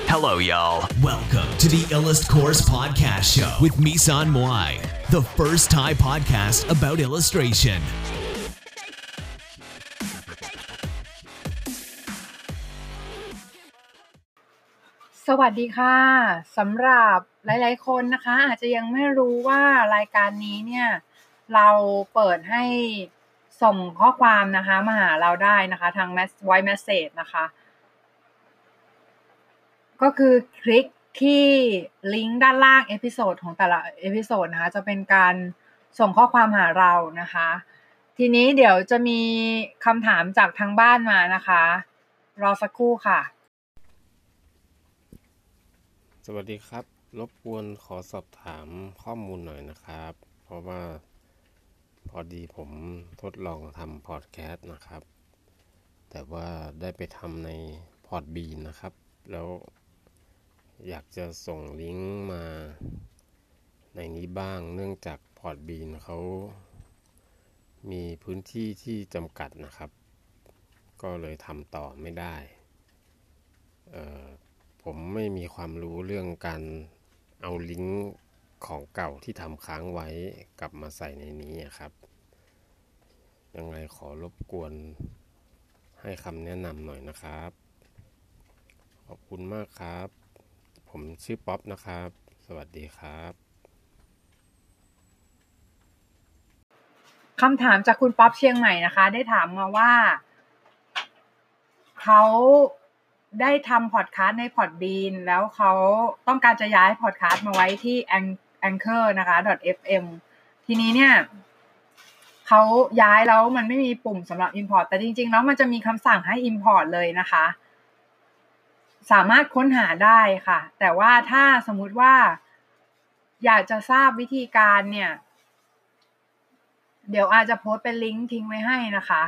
Hello, y'all. Welcome to the Illust Course Podcast Show with Misan Moai, the first Thai podcast about illustration. สวัสดีค่ะสำหรับหลายๆคนนะคะอาจจะยังไม่รู้ว่ารายการนี้เนี่ยเราเปิดให้ส่งข้อความนะคะมาหาเราได้นะคะทาง voice message นะคะก็คือคลิกที่ลิงก์ด้านล่างเอพิโซดของแต่ละเอพิโซดนะคะจะเป็นการส่งข้อความหาเรานะคะทีนี้เดี๋ยวจะมีคำถามจากทางบ้านมานะคะรอสักครู่ค่ะสวัสดีครับรบกวนขอสอบถามข้อมูลหน่อยนะครับเพราะว่าพอดีผมทดลองทำพอดแคสต์นะครับแต่ว่าได้ไปทำใน Podbean นะครับแล้วอยากจะส่งลิงก์มาในนี้บ้างเนื่องจาก Podbean เขามีพื้นที่ที่จำกัดนะครับก็เลยทำต่อไม่ได้ผมไม่มีความรู้เรื่องการเอาลิงก์ของเก่าที่ทำค้างไว้กลับมาใส่ในนี้ครับยังไงขอรบกวนให้คำแนะนำหน่อยนะครับขอบคุณมากครับผมชื่อป๊อปนะครับสวัสดีครับคำถามจากคุณป๊อปเชียงใหม่นะคะได้ถามมาว่าเขาได้ทำพอดคาสต์ใน Podbean แล้วเขาต้องการจะย้ายพอดคาสต์มาไว้ที่ Anchor นะคะ .fm ทีนี้เนี่ยเขาย้ายแล้วมันไม่มีปุ่มสำหรับ import แต่จริงๆแล้วมันจะมีคำสั่งให้ import เลยนะคะสามารถค้นหาได้ค่ะแต่ว่าถ้าสมมุติว่าอยากจะทราบวิธีการเนี่ยเดี๋ยวอาจจะโพสต์เป็นลิงก์ทิ้งไว้ให้นะคะ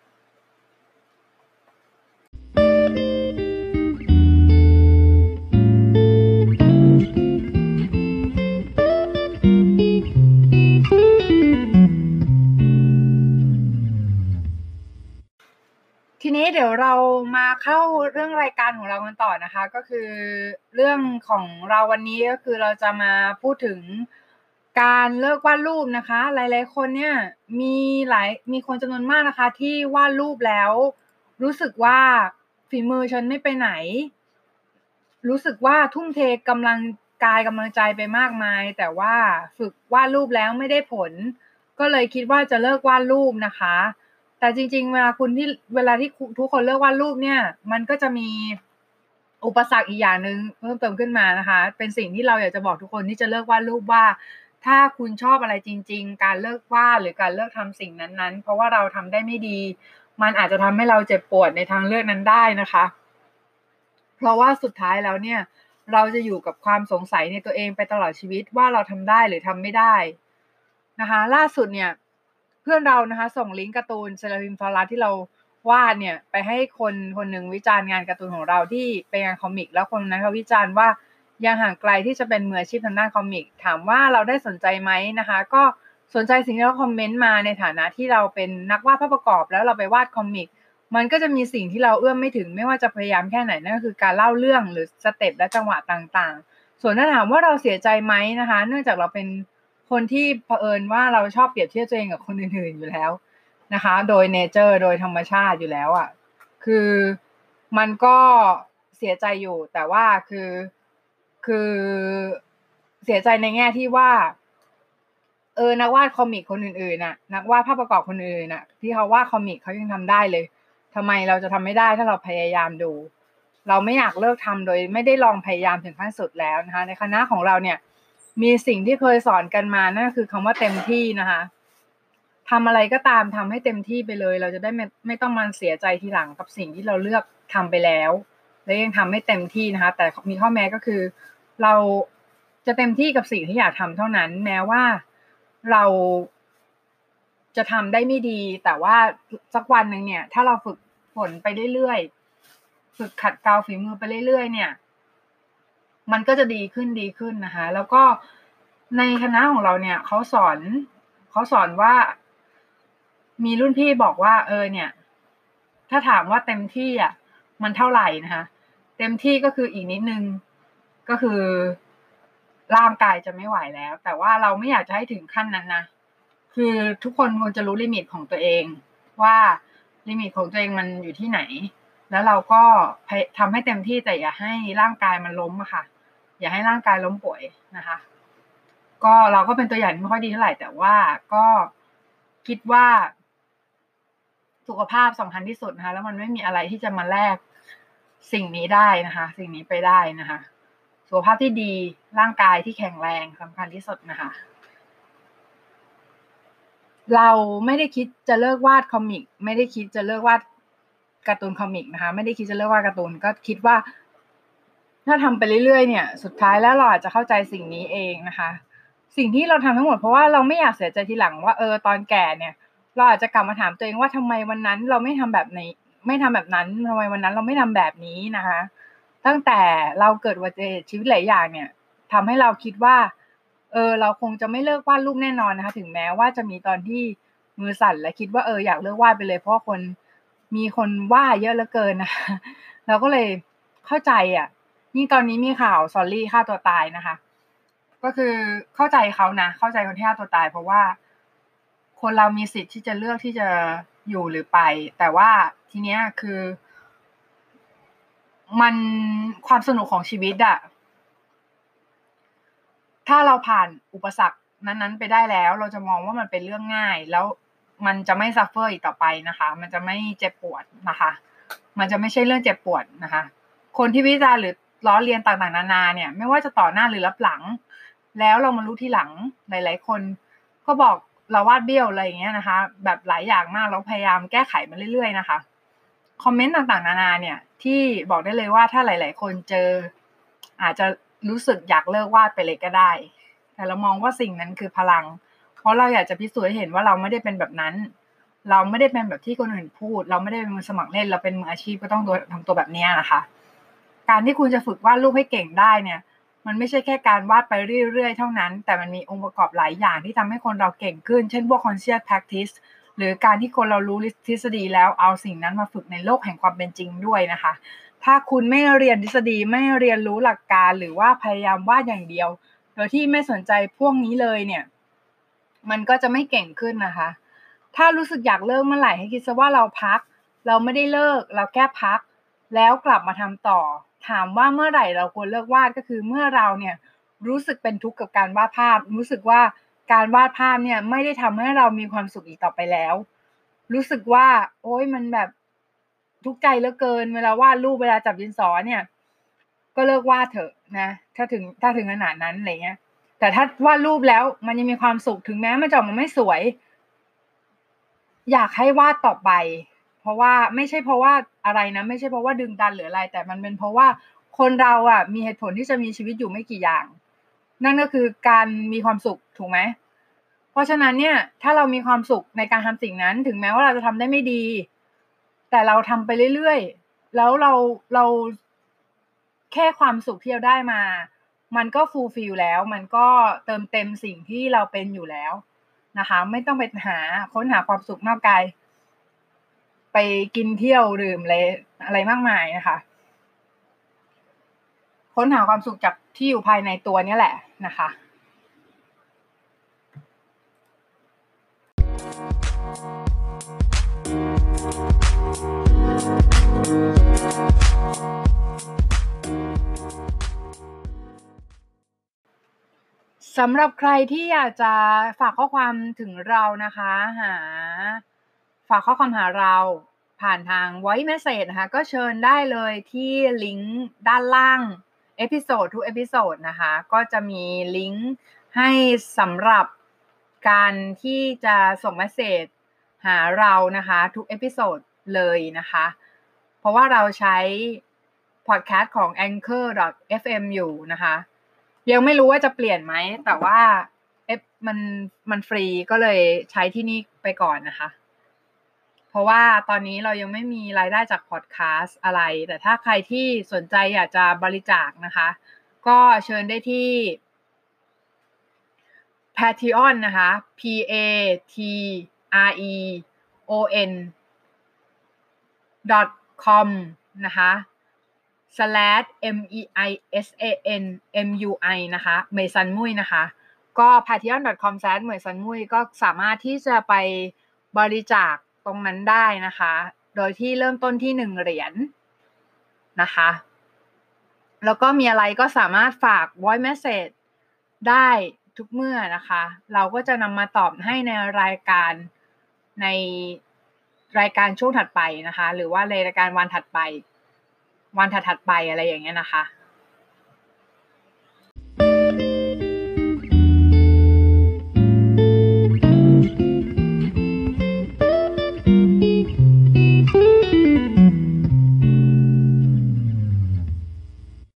ทีนี้เดี๋ยวเรามาเข้าเรื่องรายการของเรากันต่อนะคะก็คือเรื่องของเราวันนี้ก็คือเราจะมาพูดถึงการเลิกวาดรูปนะคะหลายๆคนเนี่ยมีคนจำนวนมากนะคะที่วาดรูปแล้วรู้สึกว่าฝีมือฉันไม่ไปไหนรู้สึกว่าทุ่มเทกำลังกายกำลังใจไปมากมายแต่ว่าฝึกวาดรูปแล้วไม่ได้ผลก็เลยคิดว่าจะเลิกวาดรูปนะคะแต่จริงๆเวลาที่ทุกคนเลิกวาดรูปเนี่ยมันก็จะมีอุปสรรคอีกอย่างนึงเพิ่มเติมขึ้นมานะคะเป็นสิ่งที่เราอยากจะบอกทุกคนที่จะเลิกวาดรูปว่าถ้าคุณชอบอะไรจริงๆการเลิกวาดหรือการเลิกทำสิ่งนั้นๆเพราะว่าเราทำได้ไม่ดีมันอาจจะทำให้เราเจ็บปวดในทางเลือกนั้นได้นะคะเพราะว่าสุดท้ายแล้วเนี่ยเราจะอยู่กับความสงสัยในตัวเองไปตลอดชีวิตว่าเราทำได้หรือทำไม่ได้นะคะล่าสุดเนี่ยเพื่อนเรานะคะส่งลิงก์การ์ตูนเซราฟิมฟลอรัสที่เราวาดเนี่ยไปให้คนหนึ่งวิจารณ์งานการ์ตูนของเราที่เป็นงานคอมิกแล้วคนนั้นเขาวิจารณ์ว่ายังห่างไกลที่จะเป็นมืออาชีพทางด้านคอมิกถามว่าเราได้สนใจไหมนะคะก็สนใจสิ่งที่เขาคอมเมนต์มาในฐานะที่เราเป็นนักวาดภาพประกอบแล้วเราไปวาดคอมิกมันก็จะมีสิ่งที่เราเอื้อมไม่ถึงไม่ว่าจะพยายามแค่ไหนนั่นก็คือการเล่าเรื่องหรือสเต็ปและจังหวะต่างๆส่วนถ้าถามว่าเราเสียใจไหมนะคะเนื่องจากเราเป็นคนที่เผอิญว่าเราชอบเปรียบเทียบตัวเองกับคนอื่นๆอยู่แล้วนะคะโดยเนเจอร์โดยธรรมชาติอยู่แล้วอ่ะคือมันก็เสียใจอยู่แต่ว่าคือเสียใจในแง่ที่ว่านักวาดคอมิกคนอื่นๆน่ะนักวาดภาพประกอบคนอื่นน่ะที่เขาวาดคอมิกเขายังทำได้เลยทำไมเราจะทำไม่ได้ถ้าเราพยายามดูเราไม่อยากเลิกทำโดยไม่ได้ลองพยายามถึงขั้นสุดแล้วนะคะในคณะของเราเนี่ยมีสิ่งที่เคยสอนกันมานั่นก็คือคำว่าเต็มที่นะคะทำอะไรก็ตามทำให้เต็มที่ไปเลยเราจะได้ไม่ต้องมาเสียใจทีหลังกับสิ่งที่เราเลือกทำไปแล้วและยังทำไม่เต็มที่นะคะแต่มีข้อแม้ก็คือเราจะเต็มที่กับสิ่งที่อยากทำเท่านั้นแม้ว่าเราจะทำได้ไม่ดีแต่ว่าสักวันหนึ่งเนี่ยถ้าเราฝึกฝนไปเรื่อยๆฝึกขัดเกลาฝีมือไปเรื่อยๆเนี่ยมันก็จะดีขึ้นนะคะแล้วก็ในคณะของเราเนี่ยเขาสอนว่ามีรุ่นพี่บอกว่าเนี่ยถ้าถามว่าเต็มที่อ่ะมันเท่าไหร่นะคะเต็มที่ก็คืออีกนิดนึงก็คือร่างกายจะไม่ไหวแล้วแต่ว่าเราไม่อยากจะให้ถึงขั้นนั้นนะคือทุกคนควรจะรู้ลิมิตของตัวเองว่าลิมิตของตัวเองมันอยู่ที่ไหนแล้วเราก็ทำให้เต็มที่แต่อย่าให้ร่างกายมันล้มอะค่ะอย่าให้ร่างกายล้มป่วยนะคะก็เราก็เป็นตัวอย่างที่ไม่ค่อยดีเท่าไหร่แต่ว่าก็คิดว่าสุขภาพสำคัญที่สุดนะคะแล้วมันไม่มีอะไรที่จะมาแลกสิ่งนี้ได้นะคะสิ่งนี้ไปได้นะคะสุขภาพที่ดีร่างกายที่แข็งแรงสำคัญที่สุดนะคะเราไม่ได้คิดจะเลิกวาดคอมิกไม่ได้คิดจะเลิกวาดการ์ตูนคอมิกนะคะไม่ได้คิดจะเลิกวาดการ์ตูนก็คิดว่าถ้าทำไปเรื่อยๆเนี่ยสุดท้ายแล้วเราอาจจะเข้าใจสิ่งนี้เองนะคะสิ่งที่เราทำทั้งหมดเพราะว่าเราไม่อยากเสียใจทีหลังว่าตอนแก่เนี่ยเราอาจจะกลับมาถามตัวเองว่าทำไมวันนั้นเราไม่ทำแบบนี้ไม่ทำแบบนั้นทำไมวันนั้นเราไม่ทำแบบนี้นะคะตั้งแต่เราเกิดอุบัติเหตุชีวิตหลายอย่างเนี่ยทำให้เราคิดว่าเราคงจะไม่เลิกวาดรูปแน่นอนนะคะถึงแม้ว่าจะมีตอนที่มือสั่นและคิดว่าอยากเลิกวาดไปเลยเพราะว่ามีคนว่าเยอะเหลือเกินนะคะเราก็เลยเข้าใจยิ่งตอนนี้มีข่าวซอลลี่ฆ่าตัวตายนะคะก็คือเข้าใจเขานะเข้าใจคนที่ฆ่าตัวตายเพราะว่าคนเรามีสิทธิ์ที่จะเลือกที่จะอยู่หรือไปแต่ว่าทีเนี้ยคือมันความสนุกของชีวิตถ้าเราผ่านอุปสรรคนั้นๆไปได้แล้วเราจะมองว่ามันเป็นเรื่องง่ายแล้วมันจะไม่ซัฟเฟอร์อีกต่อไปนะคะมันจะไม่เจ็บปวดนะคะมันจะไม่ใช่เรื่องเจ็บปวดนะคะคนที่วิจารณ์หรือล้อเลียนต่างๆนานาเนี่ยไม่ว่าจะต่อหน้าหรือรับหลังแล้วเรามารู้ทีหลังหลายๆคนก็บอกเราวาดเบี้ยวอะไรอย่างเงี้ยนะคะแบบหลายอย่างมากแล้วพยายามแก้ไขมาเรื่อยๆนะคะคอมเมนต์ต่างๆนานาเนี่ยที่บอกได้เลยว่าถ้าหลายๆคนเจออาจจะรู้สึกอยากเลิกวาดไปเลยก็ได้แต่เรามองว่าสิ่งนั้นคือพลังเพราะเราอยากจะพิสูจน์ให้เห็นว่าเราไม่ได้เป็นแบบนั้นเราไม่ได้เป็นแบบที่คนอื่นพูดเราไม่ได้เป็นมือสมัครเล่นเราเป็นมืออาชีพก็ต้องทำตัวแบบนี้นะคะการที่คุณจะฝึกวาดรูปให้เก่งได้เนี่ยมันไม่ใช่แค่การวาดไปเรื่อยๆเท่านั้นแต่มันมีองค์ประกอบหลายอย่างที่ทำให้คนเราเก่งขึ้นเช่นพวก conscious practice หรือการที่คนเรารู้ทฤษฎีแล้วเอาสิ่งนั้นมาฝึกในโลกแห่งความเป็นจริงด้วยนะคะถ้าคุณไม่เรียนทฤษฎีไม่เรียนรู้หลักการหรือว่าพยายามวาดอย่างเดียวโดยที่ไม่สนใจพวกนี้เลยเนี่ยมันก็จะไม่เก่งขึ้นนะคะถ้ารู้สึกอยากเลิกเมื่อไหร่ให้คิดซะว่าเราพักเราไม่ได้เลิกเราแค่พักแล้วกลับมาทำต่อถามว่าเมื่อไหร่เราควรเลิกวาดก็คือเมื่อเราเนี่ยรู้สึกเป็นทุกข์กับการวาดภาพรู้สึกว่าการวาดภาพเนี่ยไม่ได้ทำให้เรามีความสุขอีกต่อไปแล้วรู้สึกว่าโอ๊ยมันแบบทุกข์ใจเหลือเกินเวลาวาดรูปเวลาจับดินสอเนี่ยก็เลิกวาดเถอะนะถ้าถึงขนาดนั้นอะไรเงี้ยแต่ถ้าวาดรูปแล้วมันยังมีความสุขถึงแม้มันจะออกมาไม่สวยอยากให้วาดต่อไปเพราะว่าไม่ใช่เพราะว่าอะไรนะไม่ใช่เพราะว่าดึงดันหรืออะไรแต่มันเป็นเพราะว่าคนเรามีเหตุผลที่จะมีชีวิตอยู่ไม่กี่อย่างนั่นก็คือการมีความสุขถูกไหมเพราะฉะนั้นเนี่ยถ้าเรามีความสุขในการทำสิ่งนั้นถึงแม้ว่าเราจะทำได้ไม่ดีแต่เราทำไปเรื่อยๆแล้วเราแค่ความสุขที่เราได้มามันก็ฟูลฟิลแล้วมันก็เติมเต็มสิ่งที่เราเป็นอยู่แล้วนะคะไม่ต้องไปค้นหาความสุขนอกกายไปกินเที่ยวดื่มอะไรมากมายนะคะค้นหาความสุขจากที่อยู่ภายในตัวนี่แหละนะคะสำหรับใครที่อยากจะฝากข้อความถึงเรานะคะฝากข้อความหาเราผ่านทาง voice message นะคะก็เชิญได้เลยที่ลิงก์ด้านล่างเอพิโซดทุกเอพิโซดนะคะก็จะมีลิงก์ให้สำหรับการที่จะส่งเมสเสจหาเรานะคะทุกเอพิโซดเลยนะคะเพราะว่าเราใช้พอดแคสต์ของ anchor.fm อยู่นะคะยังไม่รู้ว่าจะเปลี่ยนไหมแต่ว่ามันฟรีก็เลยใช้ที่นี่ไปก่อนนะคะเพราะว่าตอนนี้เรายังไม่มีรายได้จากพอดแคสต์อะไรแต่ถ้าใครที่สนใจอยากจะบริจาคนะคะก็เชิญได้ที่ Patreon นะคะ patreon.com นะคะ /MEISANMUI นะคะเหมยซันมุยนะคะก็ patreon.com/ เหมยซันมุยก็สามารถที่จะไปบริจาคตรงนั้นได้นะคะโดยที่เริ่มต้นที่1เหรียญนะคะแล้วก็มีอะไรก็สามารถฝาก voice message ได้ทุกเมื่อนะคะเราก็จะนำมาตอบให้ในรายการช่วงถัดไปนะคะหรือว่าในรายการวันถัดไปอะไรอย่างเงี้ยนะคะ